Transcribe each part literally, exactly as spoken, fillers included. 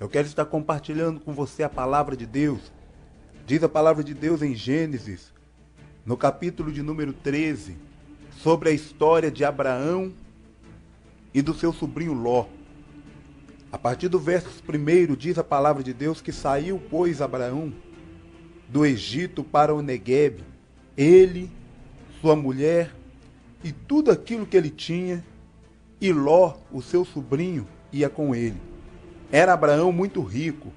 Eu quero estar compartilhando com você a palavra de Deus. Diz a palavra de Deus em Gênesis, no capítulo de número treze, sobre a história de Abraão e do seu sobrinho Ló. A partir do verso primeiro diz a palavra de Deus que saiu, pois, Abraão do Egito para o Neguebe, ele, sua mulher e tudo aquilo que ele tinha, e Ló, o seu sobrinho, ia com ele. Era Abraão muito rico,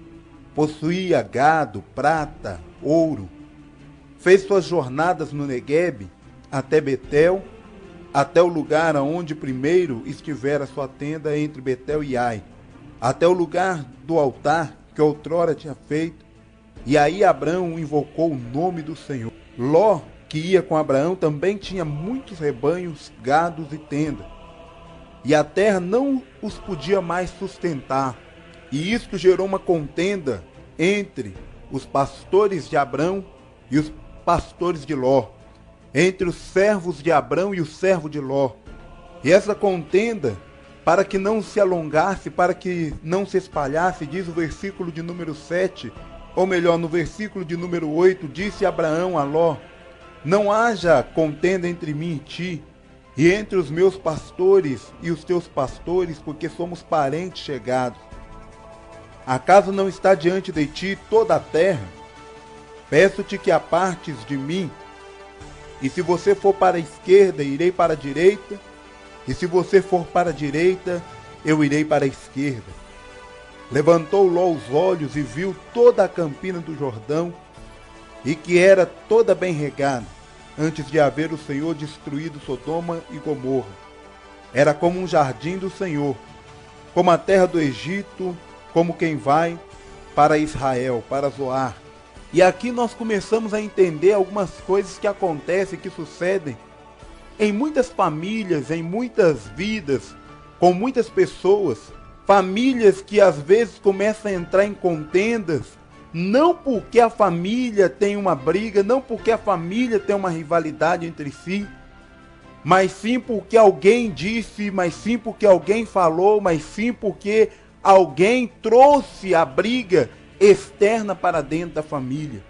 possuía gado, prata, ouro. Fez suas jornadas no Neguebe até Betel, até o lugar aonde primeiro estivera sua tenda entre Betel e Ai, até o lugar do altar que outrora tinha feito. E aí Abraão invocou o nome do Senhor. Ló, que ia com Abraão, também tinha muitos rebanhos, gados e tendas. E a terra não os podia mais sustentar. E isto gerou uma contenda entre os pastores de Abrão e os pastores de Ló, entre os servos de Abrão e o servo de Ló. E essa contenda, para que não se alongasse, para que não se espalhasse, diz o versículo de número sete, ou melhor, no versículo de número oito, disse Abraão a Ló: não haja contenda entre mim e ti, e entre os meus pastores e os teus pastores, porque somos parentes chegados. Acaso não está diante de ti toda a terra? Peço-te que apartes de mim, e se você for para a esquerda, irei para a direita, e se você for para a direita, eu irei para a esquerda. Levantou Ló os olhos e viu toda a campina do Jordão, e que era toda bem regada, antes de haver o Senhor destruído Sodoma e Gomorra. Era como um jardim do Senhor, como a terra do Egito, como quem vai para Israel, para Zoar. E aqui nós começamos a entender algumas coisas que acontecem, que sucedem em muitas famílias, em muitas vidas, com muitas pessoas. Famílias que às vezes começam a entrar em contendas, não porque a família tem uma briga, não porque a família tem uma rivalidade entre si, mas sim porque alguém disse, mas sim porque alguém falou, mas sim porque alguém trouxe a briga externa para dentro da família.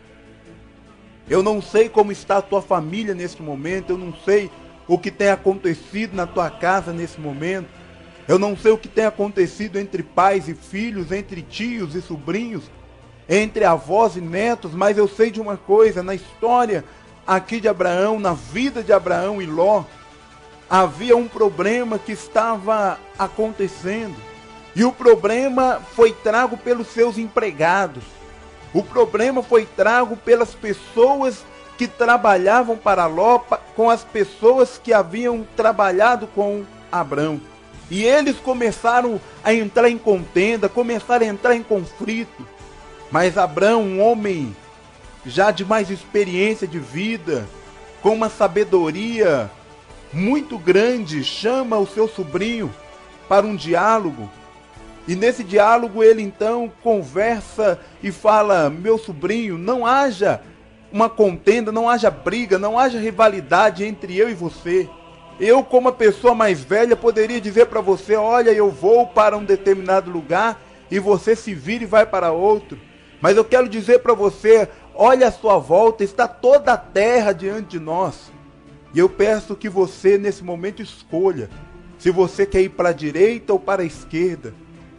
Eu não sei como está a tua família neste momento, eu não sei o que tem acontecido na tua casa nesse momento, eu não sei o que tem acontecido entre pais e filhos, entre tios e sobrinhos, entre avós e netos, mas eu sei de uma coisa: na história aqui de Abraão, na vida de Abraão e Ló, havia um problema que estava acontecendo. E o problema foi trago pelos seus empregados. O problema foi trago pelas pessoas que trabalhavam para Ló, com as pessoas que haviam trabalhado com Abrão. E eles começaram a entrar em contenda, começaram a entrar em conflito. Mas Abrão, um homem já de mais experiência de vida, com uma sabedoria muito grande, chama o seu sobrinho para um diálogo. E nesse diálogo ele então conversa e fala: meu sobrinho, não haja uma contenda, não haja briga, não haja rivalidade entre eu e você. Eu, como a pessoa mais velha, poderia dizer para você: olha, eu vou para um determinado lugar e você se vira e vai para outro. Mas eu quero dizer para você: olha à sua volta, está toda a terra diante de nós. E eu peço que você nesse momento escolha se você quer ir para a direita ou para a esquerda.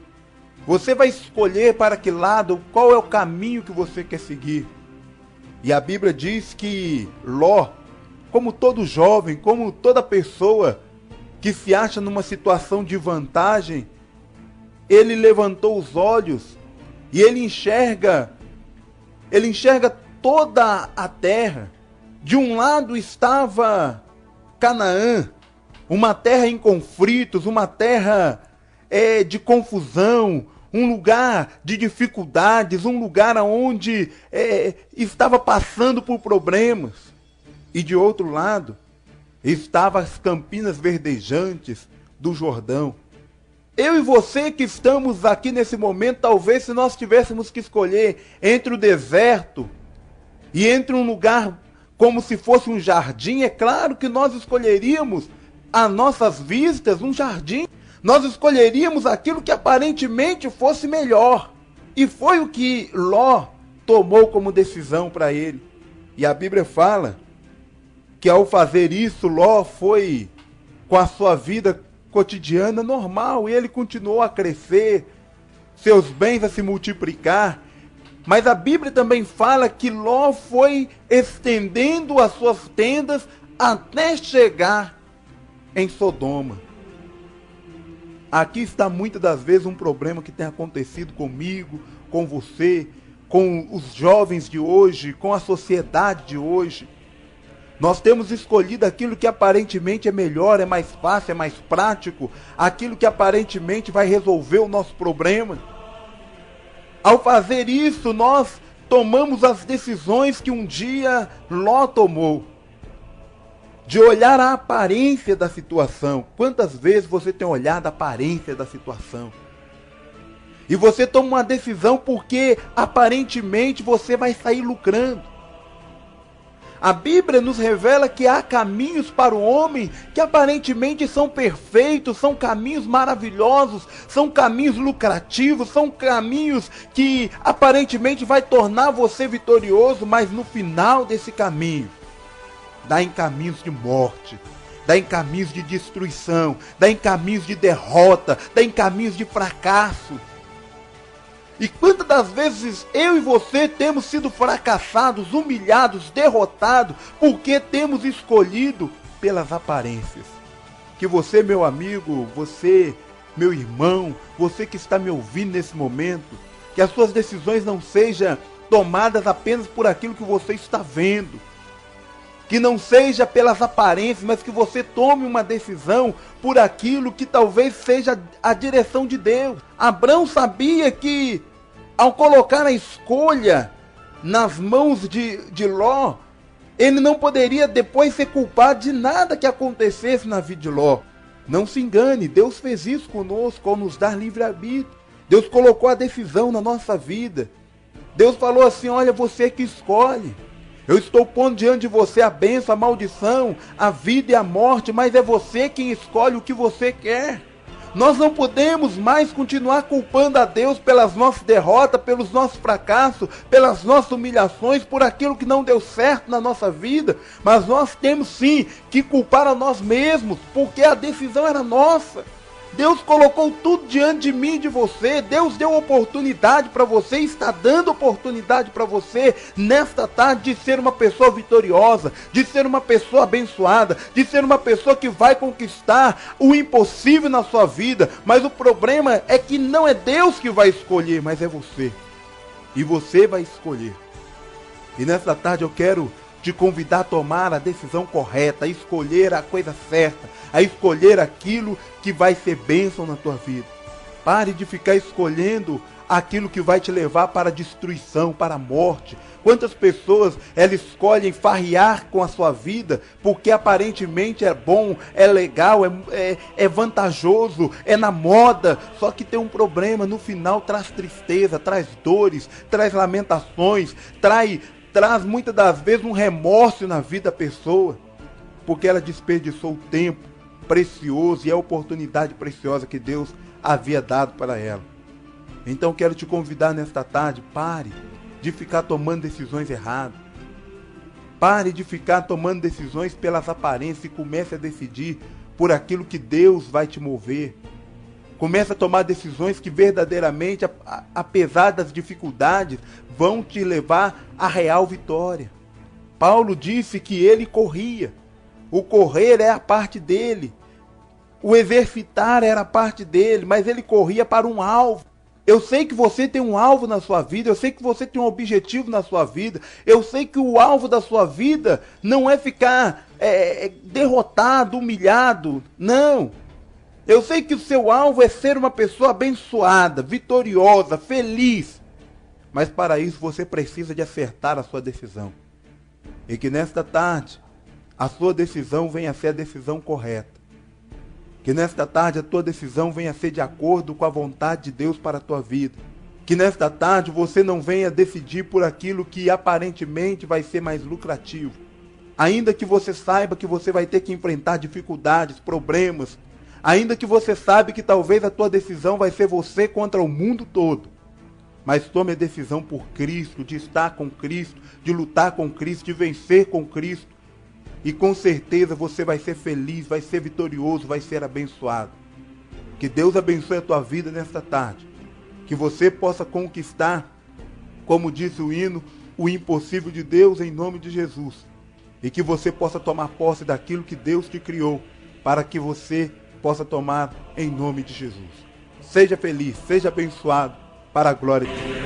Você vai escolher para que lado, qual é o caminho que você quer seguir. E a Bíblia diz que Ló, como todo jovem, como toda pessoa que se acha numa situação de vantagem, ele levantou os olhos e ele enxerga, ele enxerga toda a terra. De um lado estava Canaã, uma terra em conflitos, uma terra é, de confusão, um lugar de dificuldades, um lugar onde é, estava passando por problemas. E de outro lado estavam as campinas verdejantes do Jordão. Eu e você que estamos aqui nesse momento, talvez se nós tivéssemos que escolher entre o deserto e entre um lugar como se fosse um jardim, é claro que nós escolheríamos a nossas vistas um jardim. Nós escolheríamos aquilo que aparentemente fosse melhor. E foi o que Ló tomou como decisão para ele. E a Bíblia fala que ao fazer isso, Ló foi com a sua vida cotidiana normal, e ele continuou a crescer, seus bens a se multiplicar. Mas a Bíblia também fala que Ló foi estendendo as suas tendas até chegar em Sodoma. Aqui está muitas das vezes um problema que tem acontecido comigo, com você, com os jovens de hoje, com a sociedade de hoje. Nós temos escolhido aquilo que aparentemente é melhor, é mais fácil, é mais prático, aquilo que aparentemente vai resolver o nosso problema. Ao fazer isso, nós tomamos as decisões que um dia Ló tomou, de olhar a aparência da situação. Quantas vezes você tem olhado a aparência da situação? E você toma uma decisão porque aparentemente você vai sair lucrando. A Bíblia nos revela que há caminhos para o homem que aparentemente são perfeitos, são caminhos maravilhosos, são caminhos lucrativos, são caminhos que aparentemente vai tornar você vitorioso, mas no final desse caminho, dá em caminhos de morte, dá em caminhos de destruição, dá em caminhos de derrota, dá em caminhos de fracasso. E quantas das vezes eu e você temos sido fracassados, humilhados, derrotados, porque temos escolhido pelas aparências. Que você, meu amigo, você, meu irmão, você que está me ouvindo nesse momento, que as suas decisões não sejam tomadas apenas por aquilo que você está vendo. Que não seja pelas aparências, mas que você tome uma decisão por aquilo que talvez seja a direção de Deus. Abrão sabia que, ao colocar a escolha nas mãos de, de Ló, ele não poderia depois ser culpado de nada que acontecesse na vida de Ló. Não se engane, Deus fez isso conosco ao nos dar livre-arbítrio. Deus colocou a decisão na nossa vida. Deus falou assim, olha, você que escolhe. Eu estou pondo diante de você a bênção, a maldição, a vida e a morte, mas é você quem escolhe o que você quer. Nós não podemos mais continuar culpando a Deus pelas nossas derrotas, pelos nossos fracassos, pelas nossas humilhações, por aquilo que não deu certo na nossa vida. Mas nós temos sim que culpar a nós mesmos, porque a decisão era nossa. Deus colocou tudo diante de mim e de você. Deus deu oportunidade para você, está dando oportunidade para você nesta tarde de ser uma pessoa vitoriosa, de ser uma pessoa abençoada, de ser uma pessoa que vai conquistar o impossível na sua vida. Mas o problema é que não é Deus que vai escolher, mas é você. E você vai escolher. E nesta tarde eu quero te convidar a tomar a decisão correta, a escolher a coisa certa, a escolher aquilo que vai ser bênção na tua vida. Pare de ficar escolhendo aquilo que vai te levar para a destruição, para a morte. Quantas pessoas elas escolhem farrear com a sua vida porque aparentemente é bom, é legal, é, é, é vantajoso, é na moda, só que tem um problema, no final traz tristeza, traz dores, traz lamentações, traz... traz muitas das vezes um remorso na vida da pessoa, porque ela desperdiçou o tempo precioso e a oportunidade preciosa que Deus havia dado para ela. Então quero te convidar nesta tarde, pare de ficar tomando decisões erradas. Pare de ficar tomando decisões pelas aparências e comece a decidir por aquilo que Deus vai te mover. Comece a tomar decisões que verdadeiramente, apesar das dificuldades, vão te levar à real vitória. Paulo disse que ele corria. O correr é a parte dele. O exercitar era a parte dele, mas ele corria para um alvo. Eu sei que você tem um alvo na sua vida, eu sei que você tem um objetivo na sua vida, eu sei que o alvo da sua vida não é ficar é, derrotado, humilhado, não. Eu sei que o seu alvo é ser uma pessoa abençoada, vitoriosa, feliz. Mas para isso você precisa de acertar a sua decisão. E que nesta tarde, a sua decisão venha a ser a decisão correta. Que nesta tarde a tua decisão venha a ser de acordo com a vontade de Deus para a tua vida. Que nesta tarde você não venha decidir por aquilo que aparentemente vai ser mais lucrativo. Ainda que você saiba que você vai ter que enfrentar dificuldades, problemas, Ainda que você sabe que talvez a tua decisão vai ser você contra o mundo todo. Mas tome a decisão por Cristo, de estar com Cristo, de lutar com Cristo, de vencer com Cristo. E com certeza você vai ser feliz, vai ser vitorioso, vai ser abençoado. Que Deus abençoe a tua vida nesta tarde. Que você possa conquistar, como diz o hino, o impossível de Deus em nome de Jesus. E que você possa tomar posse daquilo que Deus te criou, para que você possa tomar em nome de Jesus. Seja feliz, seja abençoado, para a glória de Deus.